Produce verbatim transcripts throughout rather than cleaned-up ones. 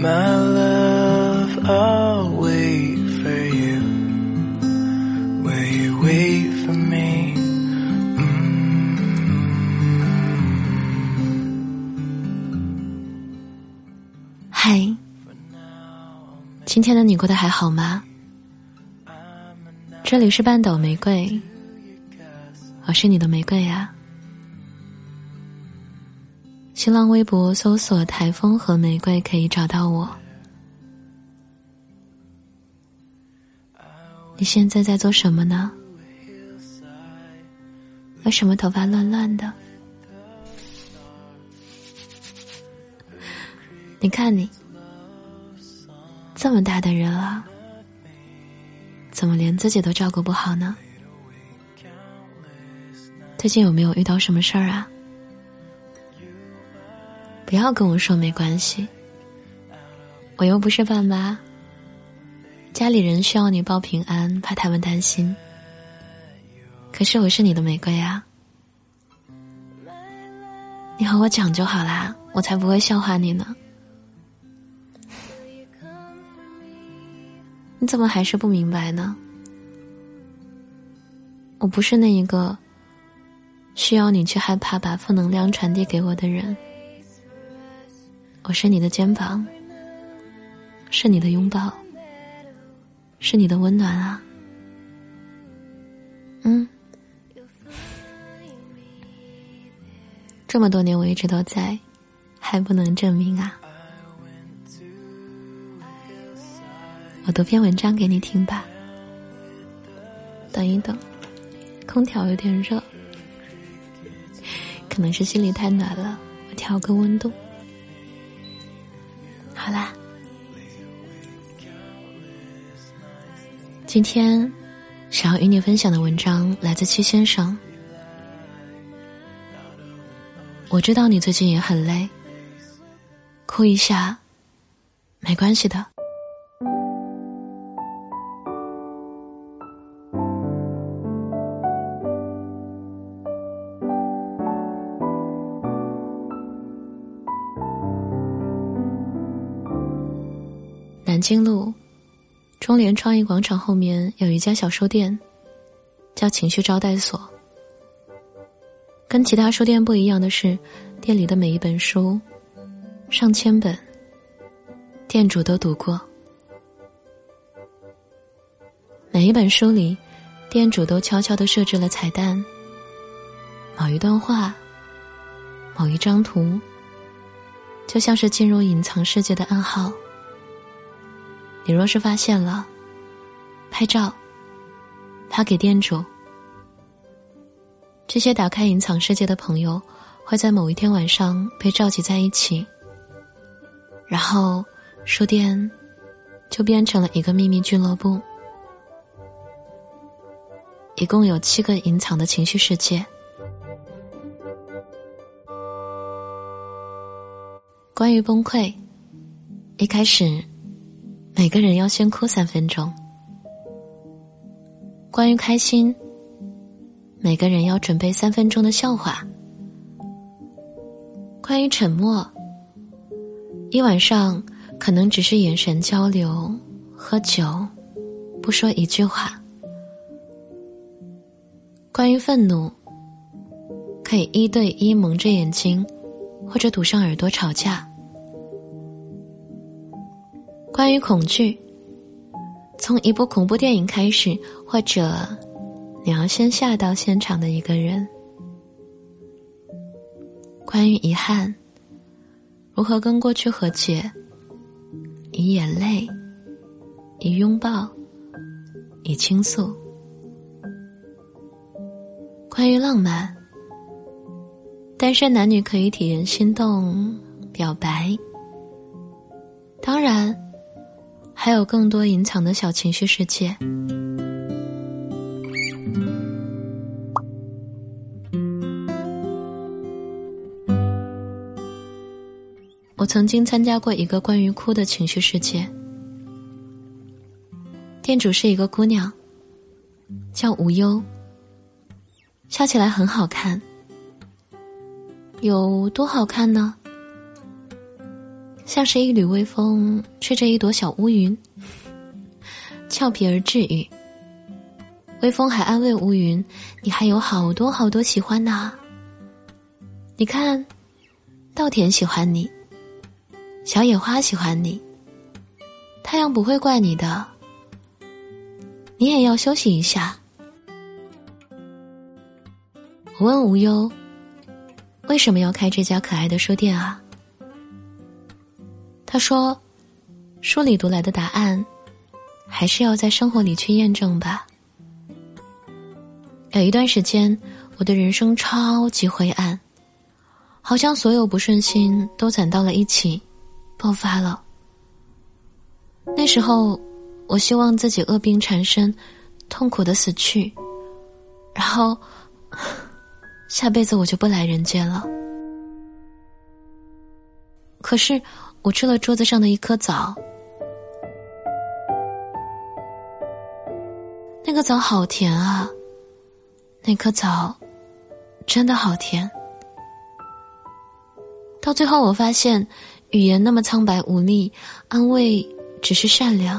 My love, I'll wait for you. Will you wait for me? Mm-hmm. 嗨，今天的你过得还好吗？这里是半斗玫瑰，我是你的玫瑰啊。新浪微博搜索台风和玫瑰可以找到我。你现在在做什么呢？为什么头发乱乱的？你看你这么大的人了，怎么连自己都照顾不好呢？最近有没有遇到什么事儿啊？不要跟我说没关系，我又不是爸妈，家里人需要你报平安，怕他们担心。可是我是你的玫瑰啊，你和我讲就好啦，我才不会笑话你呢。你怎么还是不明白呢？我不是那一个需要你去害怕把负能量传递给我的人，我是你的肩膀，是你的拥抱，是你的温暖啊。嗯，这么多年我一直都在，还不能证明啊。我读篇文章给你听吧。等一等，空调有点热，可能是心里太暖了，我调个温度。好啦，今天想要与你分享的文章来自七先生。我知道你最近也很累，哭一下没关系的。南京路中联创意广场后面有一家小书店，叫情绪招待所。跟其他书店不一样的是，店里的每一本书上千本，店主都读过。每一本书里，店主都悄悄地设置了彩蛋，某一段话，某一张图，就像是进入隐藏世界的暗号。你若是发现了，拍照发给店主。这些打开隐藏世界的朋友会在某一天晚上被召集在一起，然后书店就变成了一个秘密俱乐部。一共有七个隐藏的情绪世界。关于崩溃，一开始每个人要先哭三分钟。关于开心，每个人要准备三分钟的笑话。关于沉默，一晚上可能只是眼神交流，喝酒，不说一句话。关于愤怒，可以一对一蒙着眼睛，或者堵上耳朵吵架。关于恐惧，从一部恐怖电影开始，或者你要先吓到现场的一个人。关于遗憾，如何跟过去和解，以眼泪，以拥抱，以倾诉。关于浪漫，单身男女可以体验心动，表白。当然还有更多隐藏的小情绪世界。我曾经参加过一个关于哭的情绪世界，店主是一个姑娘，叫无忧，笑起来很好看。有多好看呢？ 像是一缕微风吹着一朵小乌云，俏皮而治愈。微风还安慰乌云，你还有好多好多喜欢呐。你看，稻田喜欢你，小野花喜欢你，太阳不会怪你的，你也要休息一下。我问无忧，为什么要开这家可爱的书店啊？他说，书里读来的答案，还是要在生活里去验证吧。有一段时间，我的人生超级灰暗，好像所有不顺心都攒到了一起，爆发了。那时候，我希望自己恶病缠身，痛苦的死去，然后下辈子我就不来人间了。可是我吃了桌子上的一颗枣，那个枣好甜啊，那颗枣真的好甜。到最后我发现，语言那么苍白无力，安慰只是善良。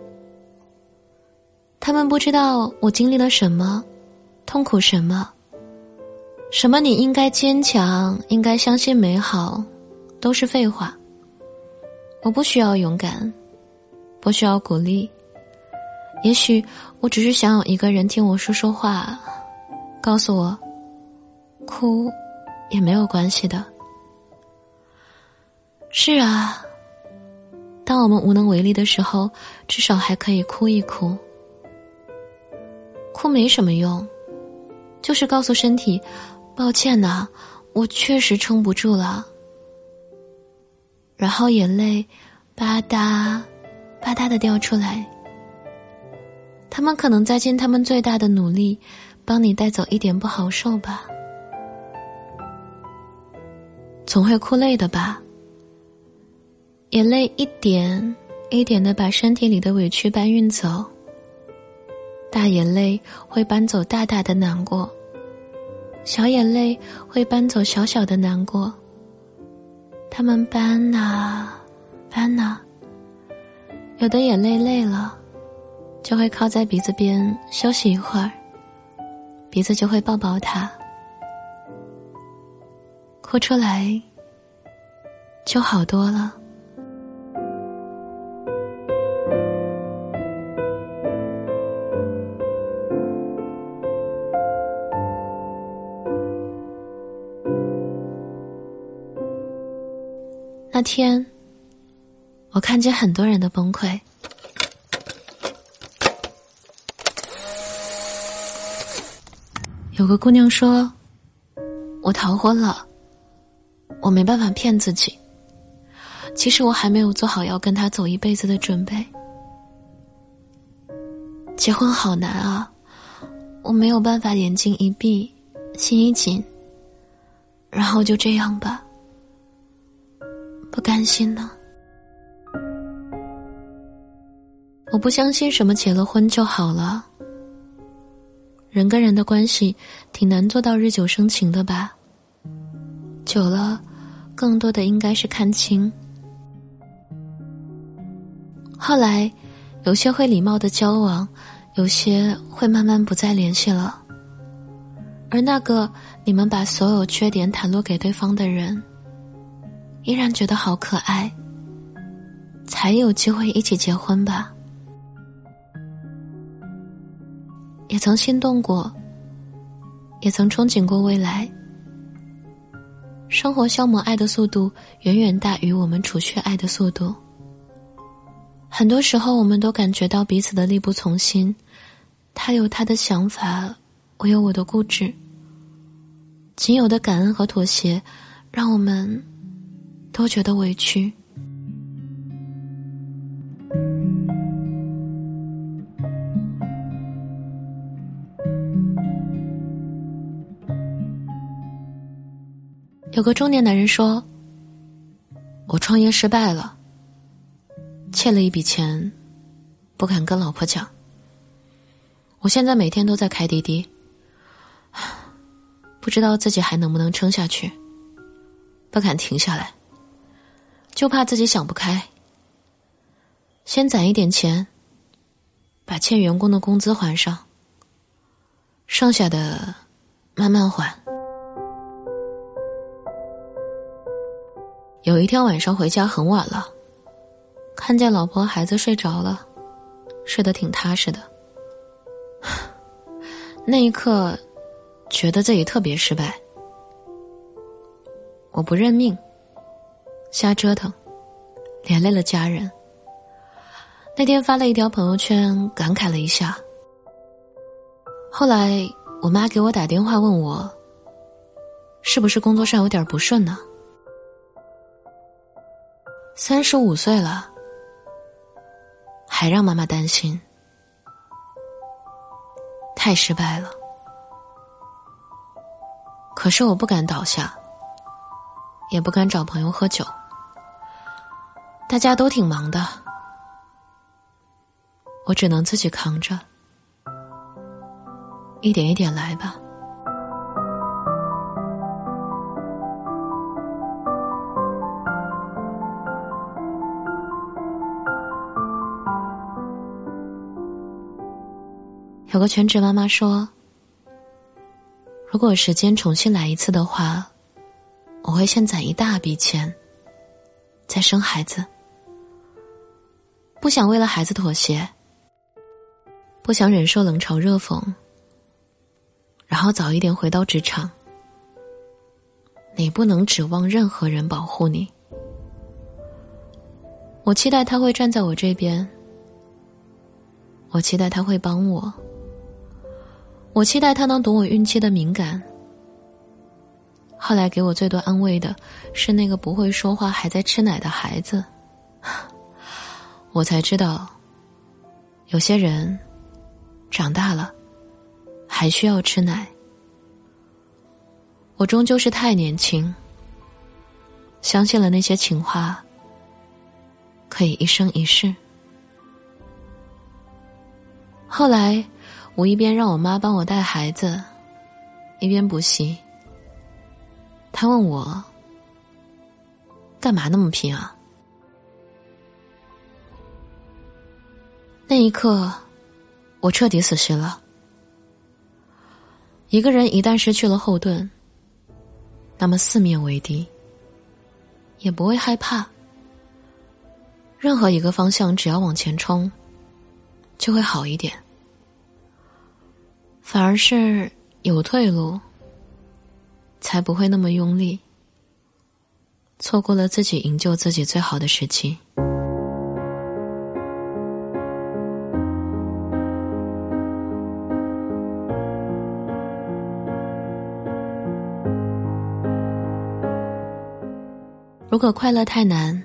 他们不知道我经历了什么，痛苦什么，什么你应该坚强，应该相信美好，都是废话。我不需要勇敢，不需要鼓励，也许我只是想有一个人听我说说话，告诉我，哭也没有关系的。是啊，当我们无能为力的时候，至少还可以哭一哭。哭没什么用，就是告诉身体，抱歉呐，我确实撑不住了。然后眼泪吧嗒吧嗒地掉出来，他们可能在尽他们最大的努力帮你带走一点不好受吧。总会哭累的吧，眼泪一点一点地把身体里的委屈搬运走，大眼泪会搬走大大的难过，小眼泪会搬走小小的难过，他们搬啊搬啊，有的眼泪累了，就会靠在鼻子边休息一会儿，鼻子就会抱抱它，哭出来就好多了。那天，我看见很多人的崩溃。有个姑娘说，我逃婚了，我没办法骗自己，其实我还没有做好要跟他走一辈子的准备。结婚好难啊，我没有办法眼睛一闭，心一紧，然后就这样吧。不甘心呢。我不相信什么结了婚就好了，人跟人的关系挺难做到日久生情的吧，久了更多的应该是看清。后来有些会礼貌的交往，有些会慢慢不再联系了，而那个你们把所有缺点袒露给对方的人，依然觉得好可爱，才有机会一起结婚吧。也曾心动过，也曾憧憬过未来。生活消磨爱的速度远远大于我们储蓄爱的速度。很多时候我们都感觉到彼此的力不从心，他有他的想法，我有我的固执。仅有的感恩和妥协，让我们都觉得委屈。有个中年男人说，我创业失败了，欠了一笔钱，不敢跟老婆讲。我现在每天都在开滴滴，不知道自己还能不能撑下去，不敢停下来。 就怕自己想不开，先攒一点钱，把欠员工的工资还上，剩下的慢慢还。有一天晚上回家很晚了，看见老婆孩子睡着了，睡得挺踏实的。那一刻觉得自己特别失败，我不认命，瞎折腾，连累了家人。那天发了一条朋友圈，感慨了一下。后来我妈给我打电话问我，是不是工作上有点不顺呢？三十五岁了，还让妈妈担心，太失败了。可是我不敢倒下，也不敢找朋友喝酒，大家都挺忙的，我只能自己扛着，一点一点来吧。有个全职妈妈说，如果时间重新来一次的话，我会先攒一大笔钱，再生孩子。不想为了孩子妥协，不想忍受冷嘲热讽，然后早一点回到职场。你不能指望任何人保护你。我期待他会站在我这边，我期待他会帮我，我期待他能懂我孕期的敏感。后来给我最多安慰的是那个不会说话还在吃奶的孩子。我才知道，有些人长大了还需要吃奶。我终究是太年轻，相信了那些情话可以一生一世。后来我一边让我妈帮我带孩子，一边补习。她问我干嘛那么拼啊？那一刻我彻底死心了。一个人一旦失去了后盾，那么四面为敌，也不会害怕。任何一个方向只要往前冲，就会好一点。反而是有退路，才不会那么用力，错过了自己营救自己最好的时机。如果快乐太难，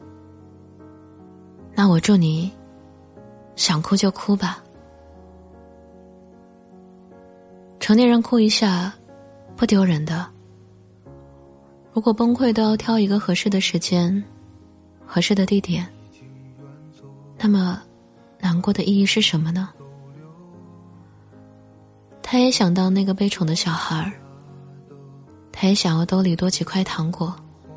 那我祝你想哭就哭吧。成年人哭一下不丢人的，如果崩溃都要挑一个合适的时间，合适的地点，那么难过的意义是什么呢？他也想当那个被宠的小孩，他也想要兜里多几块糖果，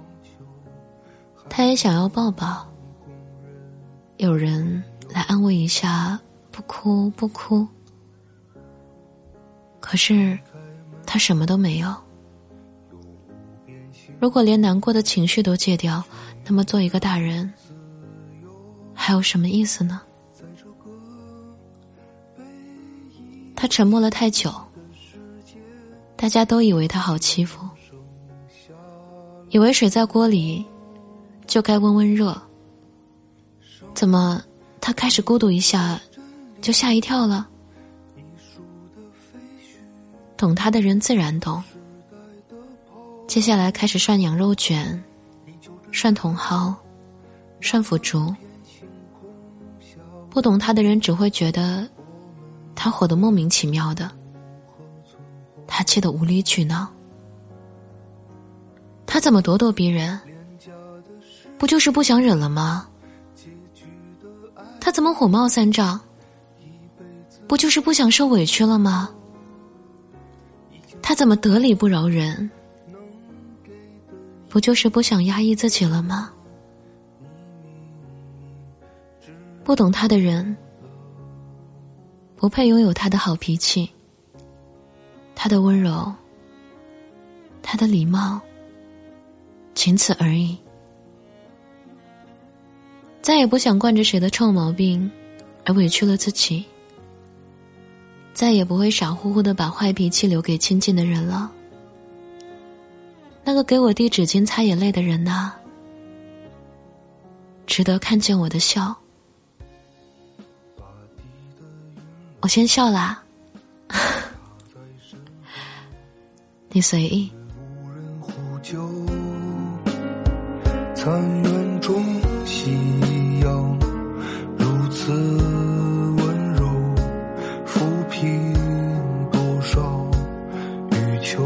他也想要抱抱，有人来安慰一下，不哭不哭。可是他什么都没有。如果连难过的情绪都戒掉，那么做一个大人还有什么意思呢？他沉默了太久，大家都以为他好欺负，以为水在锅里就该温温热，怎么他开始咕嘟一下就吓一跳了？懂他的人自然懂。接下来开始涮羊肉卷，涮茼蒿，涮腐竹。不懂他的人只会觉得他火得莫名其妙的，他气得无理取闹。他怎么咄咄逼人？不就是不想忍了吗？他怎么火冒三丈？不就是不想受委屈了吗？他怎么得理不饶人？不就是不想压抑自己了吗？ 不懂他的人不配拥有他的好脾气，他的温柔，他的礼貌，仅此而已。再也不想惯着谁的臭毛病而委屈了自己，再也不会傻乎乎地把坏脾气留给亲近的人了。那个给我递纸巾擦眼泪的人啊，值得看见我的笑。我先笑啦，你随意。 残垣中夕阳如此温柔，抚平多少欲求。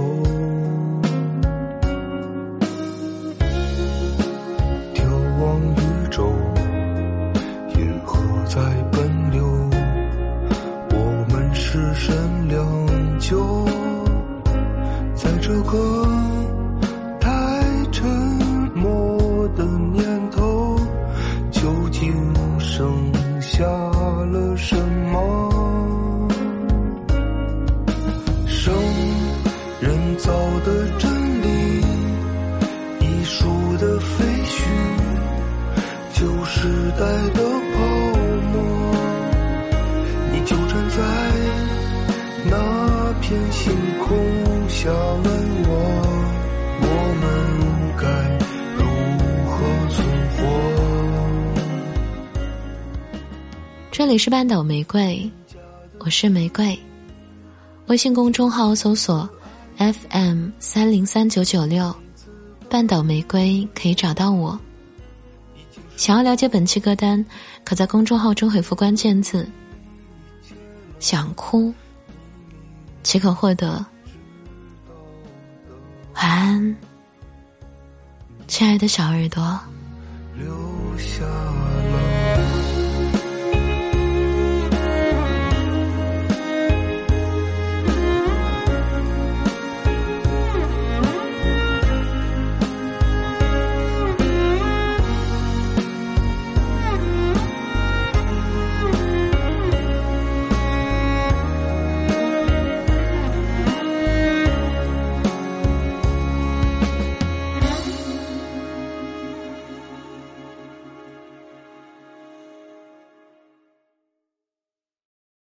眺望宇宙，银河在奔流，我们是神良久，在这个太沉默的念头，究竟剩下了什么？生人造的真理，艺术的废墟，旧时代的泡沫，你就站在那片星空下问我，我们该如何存活？ 这里是半岛玫瑰，我是玫瑰。微信公众号搜索 F M 三零三九九六，半岛玫瑰可以找到我。想要了解本期歌单，可在公众号中回复关键字想哭，即可获得。晚安，亲爱的小耳朵。 留下了